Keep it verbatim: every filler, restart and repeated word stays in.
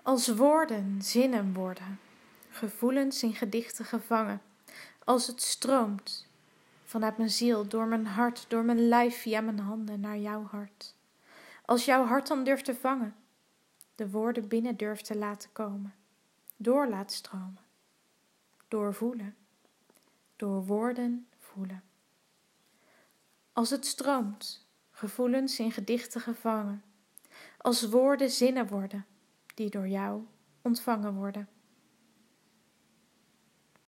Als woorden zinnen worden, gevoelens in gedichten gevangen, als het stroomt vanuit mijn ziel, door mijn hart, door mijn lijf, via mijn handen naar jouw hart. Als jouw hart dan durft te vangen, de woorden binnen durft te laten komen, door laat stromen, door voelen, door woorden voelen. Als het stroomt, gevoelens in gedichten gevangen, als woorden zinnen worden, die door jou ontvangen worden.